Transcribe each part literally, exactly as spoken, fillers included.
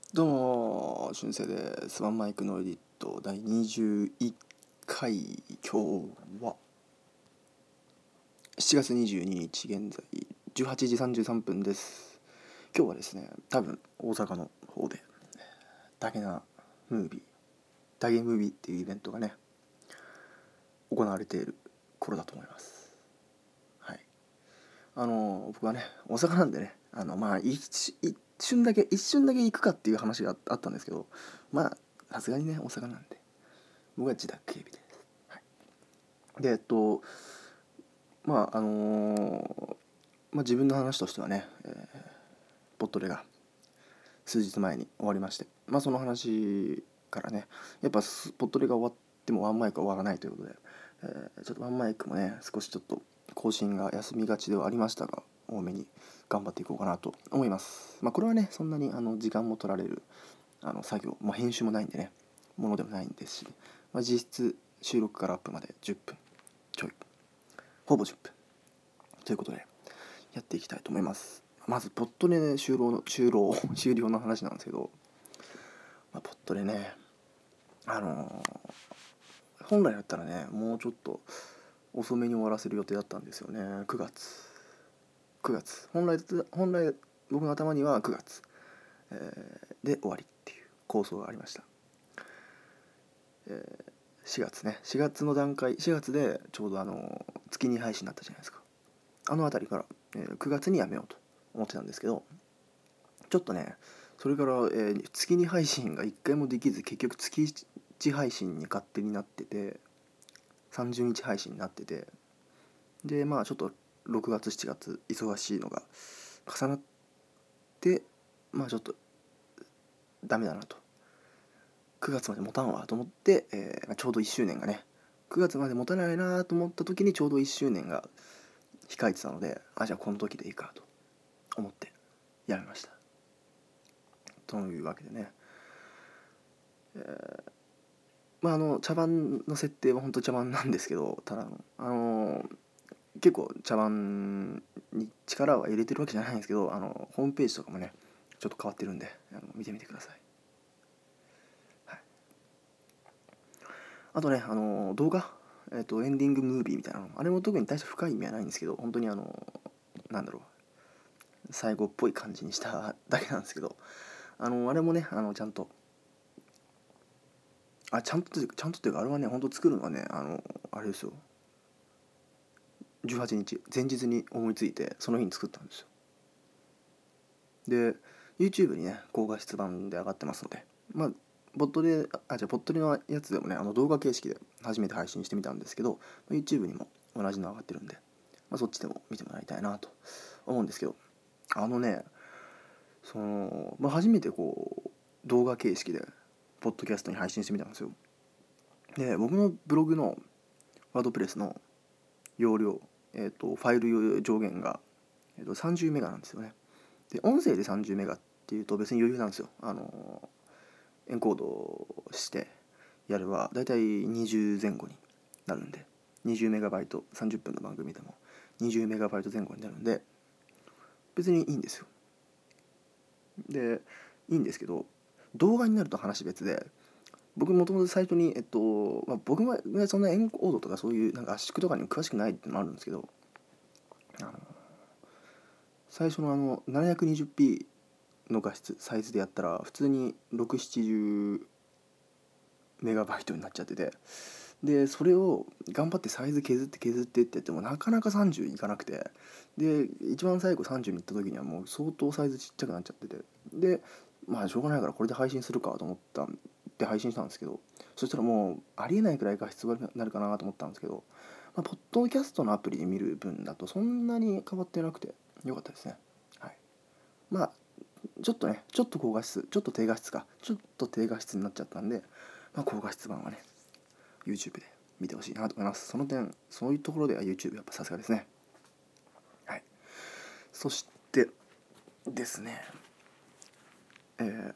どうも、しゅんせいです。ワンマイクのエディットだいにじゅういっかい、今日はしちがつにじゅうににち、現在じゅうはちじさんじゅうさんぷんです。今日はですね、多分大阪の方でダゲなムービーダゲムービーっていうイベントがね行われている頃だと思います。はい。あの僕はね大阪なんでね、あのまあ一一瞬だけ一瞬だけ行くかっていう話があったんですけど、まあさすがにね大阪なんで僕は自宅警備です。はい、でえっとまああのーまあ、自分の話としてはね、えー、ボットレが数日前に終わりまして、まあその話からね、やっぱボットレが終わってもワンマイクは終わらないということで、えー、ちょっとワンマイクもね少しちょっと更新が休みがちではありましたが、多めに頑張っていこうかなと思います。まあこれはねそんなにあの時間も取られるあの作業、まあ、編集もないんでねものでもないんですし、まあ、実質収録からアップまでじゅっぷんちょい、ほぼじゅっぷんということでやっていきたいと思います。まずポットレ終了の終了終了の話なんですけど、まあ、ポットレねあのー、本来だったらねもうちょっと遅めに終わらせる予定だったんですよね。くがつくがつ本来本来僕の頭にはくがつ、えー、で終わりっていう構想がありました。えーしがつねしがつの段階しがつでちょうどあの月に配信になったじゃないですか。あの辺りから、えー、くがつにやめようと思ってたんですけど、ちょっとねそれから、えー、月に配信がいっかいもできず結局月いち配信に勝手になっててさんじゅうにち配信になってて、でまあちょっとろくがつしちがつ忙しいのが重なって、まあちょっとダメだなとくがつまで持たんわと思って、えー、ちょうどいっしゅうねんがねくがつまで持たないなと思った時にちょうどいっしゅうねんが控えてたので、あじゃあこの時でいいかと思ってやめました。というわけでね、えー、まああの茶番の設定は本当茶番なんですけど、ただのあのー、結構茶番に力は入れてるわけじゃないんですけど、あのホームページとかもねちょっと変わってるんであの見てみてください。はい、あとねあのー、動画えっ、ー、とエンディングムービーみたいなのあれも特に大して深い意味はないんですけど、本当にあのー、なんだろう最後っぽい感じにしただけなんですけど、あのあれもねあのちゃんとあちゃんとちゃんとっていうかあれはね本当作るのはねあのあれですよじゅうはちにち前日に思いついてその日に作ったんですよ。で YouTube にね高画質版で上がってますので、まあボットであじゃあボットでのやつでもねあの動画形式で初めて配信してみたんですけど YouTube にも同じの上がってるんで、まあ、そっちでも見てもらいたいなと思うんですけど、あのねその、まあ、初めてこう動画形式でポッドキャストに配信してみたんですよ。で僕のブログのワードプレスの容量、えー、とファイル上限が、えー、とさんじゅうメガなんですよね。で音声でさんじゅうメガっていうと別に余裕なんですよ。あのエンコードしてやればだいたいにじゅう前後になるんで、にじゅうメガバイトさんじゅっぷんの番組でもにじゅうメガバイト前後になるんで別にいいんですよ。でいいんですけど動画になると話別で、僕もともと最初にえっと、まあ、僕はそんなエンコードとかそういうなんか圧縮とかに詳しくないってのもあるんですけど、あの最初のあの ななひゃくにじゅうピー の画質サイズでやったら普通にろくじゅうななじゅうメガバイトになっちゃってて、でそれを頑張ってサイズ削って削ってってやってもなかなかさんじゅういかなくて、で一番最後さんじゅうにいった時にはもう相当サイズちっちゃくなっちゃってて、でまあしょうがないからこれで配信するかと思ったんで配信したんですけど、そしたらもうありえないくらい画質悪くなるかなと思ったんですけど、まあ、ポッドキャストのアプリで見る分だとそんなに変わってなくてよかったですね。はい、まあちょっとねちょっと高画質ちょっと低画質かちょっと低画質になっちゃったんで、まあ、高画質版はね YouTube で見てほしいなと思います。その点そういうところでは YouTube やっぱさすがですね。はい。そしてですね、えー、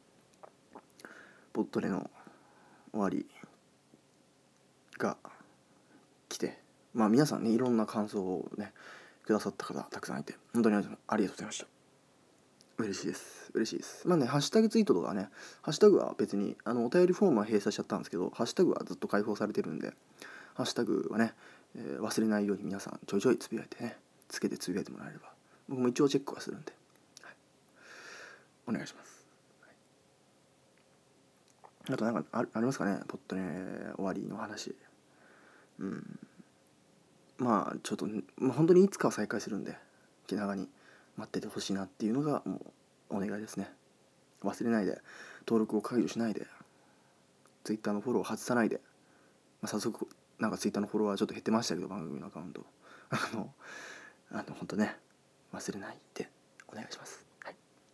ボットレの終わりが来て、まあ皆さんねいろんな感想をねくださった方たくさんいて本当にありがとうございました。 嬉しいです嬉しいです。まあね、ハッシュタグツイートとかね、ハッシュタグは別にあのお便りフォームは閉鎖しちゃったんですけど、ハッシュタグはずっと開放されてるんで、ハッシュタグはね、えー忘れないように皆さんちょいちょいつぶやいてね、つけてつぶやいてもらえれば僕も一応チェックはするんで、はい、お願いします。あとなんかあありますかね、ポットね終わりの話。うんまあちょっと、まあ、本当にいつかは再開するんで、気長に待っててほしいなっていうのがもうお願いですね。忘れないで、登録を解除しないで、Twitter のフォローを外さないで、まあ、早速なんか Twitter のフォロワーちょっと減ってましたけど、番組のアカウントあのあの本当ね、忘れないでお願いします、はい、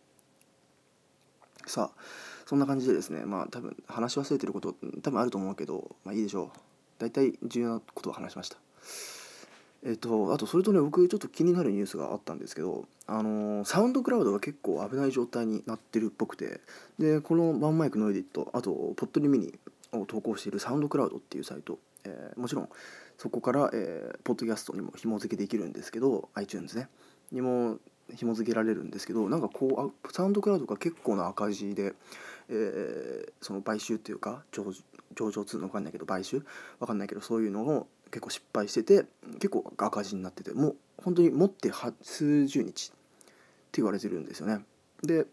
さあそんな感じでですね、まあ多分話し忘れてること多分あると思うけど、まあいいでしょう。大体重要なことを話しました。えっと、あとそれとね、僕ちょっと気になるニュースがあったんですけど、あのーサウンドクラウドが結構危ない状態になってるっぽくて、でこのワンマイクのエディット、あとポッドリミニを投稿しているサウンドクラウドっていうサイト、えーもちろんそこから、えーポッドキャストにも紐付けできるんですけど、 iTunes ねにも紐付けられるんですけど、なんかこうあサウンドクラウドが結構な赤字で、えーその買収っていうか上上場するのか分かんないけど、買収分かんないけど、そういうのを結構失敗してて、結構赤字になってて、もう本当に持っては数十日って言われてるんですよね。で、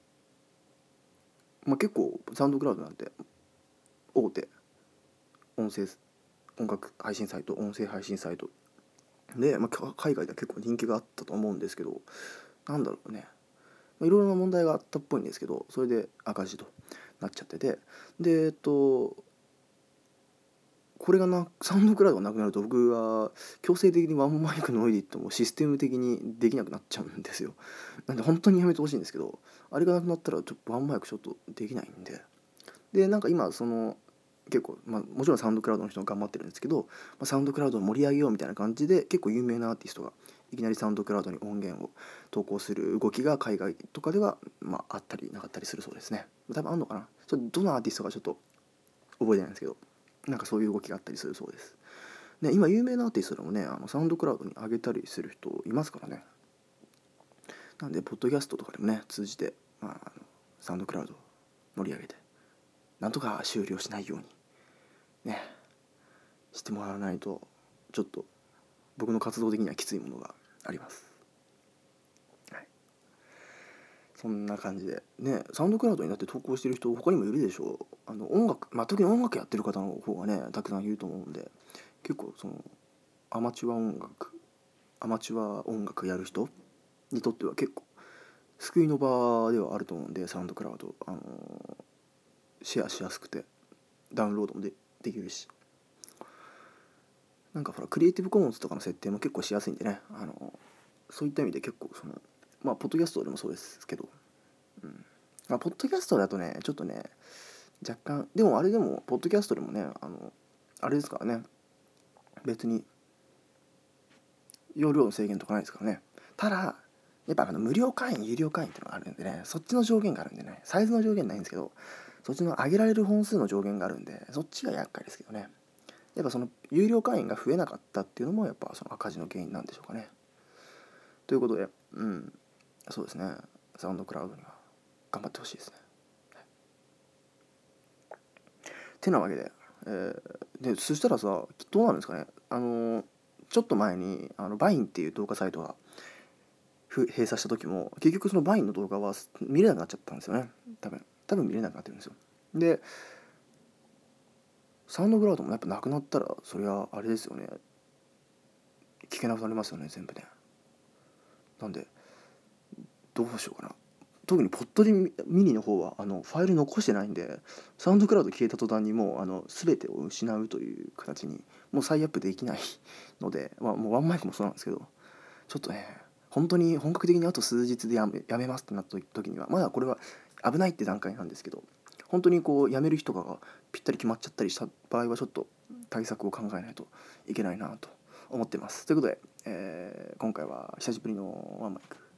まあ、結構サウンドクラウドなんて大手音声音楽配信サイト、音声配信サイトで、まあ、海外では結構人気があったと思うんですけど、なんだろうね、いろいろな問題があったっぽいんですけど、それで赤字となっちゃってて、でえっとこれがなサウンドクラウドがなくなると、僕は強制的にワンマイクのエディットもシステム的にできなくなっちゃうんですよ。なんで本当にやめてほしいんですけど、あれがなくなったらちょっとワンマイクちょっとできないんで、でなんか今その結構、まあ、もちろんサウンドクラウドの人が頑張ってるんですけど、まあ、サウンドクラウドを盛り上げようみたいな感じで、結構有名なアーティストがいきなりサウンドクラウドに音源を投稿する動きが海外とかでは、まあ、あったりなかったりするそうですね。多分あんのかな、ちょっとどのアーティストかちょっと覚えてないんですけど、なんかそういう動きがあったりするそうです。ね、今有名なアーティストでもね、あのサウンドクラウドに上げたりする人いますからね。なんでポッドキャストとかでもね通じて、まあ、あのサウンドクラウドを盛り上げて、なんとか終了しないようにねしてもらわないと、ちょっと僕の活動的にはきついものがあります、はい、そんな感じでね、サウンドクラウドにだって投稿してる人他にもいるでしょう。あの音楽、まあ、特に音楽やってる方の方がねたくさんいると思うんで、結構そのアマチュア音楽アマチュア音楽やる人にとっては結構救いの場ではあると思うんで、サウンドクラウド、あのーシェアしやすくてダウンロードもでできるし、なんかほらクリエイティブコモンズとかの設定も結構しやすいんでね、あのーそういった意味で結構そのまあポッドキャストでもそうですけど、うんまあ、ポッドキャストだとねちょっとね若干、でもあれでもポッドキャストでもね、あのあれですからね、別に容量の制限とかないですからね。ただやっぱあの無料会員有料会員っていうのがあるんでね、そっちの上限があるんでね、サイズの上限ないんですけど、そっちの上げられる本数の上限があるんで、そっちが厄介ですけどね。やっぱその有料会員が増えなかったっていうのもやっぱその赤字の原因なんでしょうかね。ということで、うんそうですね、サウンドクラウドには頑張ってほしいですね。てなわけで、えーでそしたらさどうなるんですかね、あのーちょっと前にあのバインっていう動画サイトが閉鎖した時も結局そのバインの動画は見れなくなっちゃったんですよね。多分多分見れなくなってるんですよ。でサウンドクラウドもやっぱなくなったらそれはあれですよね、聞けなくなりますよね全部ね。なんでどうしようかな。特にポッドでミニの方はあのファイル残してないんで、サウンドクラウド消えた途端にもうあの全てを失うという形にもう再アップできないので、まあ、もうワンマイクもそうなんですけど、ちょっとね本当に本格的にあと数日でやめやめますってなった時にはまだこれは危ないって段階なんですけど、本当にこうやめる日とかがぴったり決まっちゃったりした場合はちょっと対策を考えないといけないなと思ってます。ということで、えー今回は久しぶりのワンマイク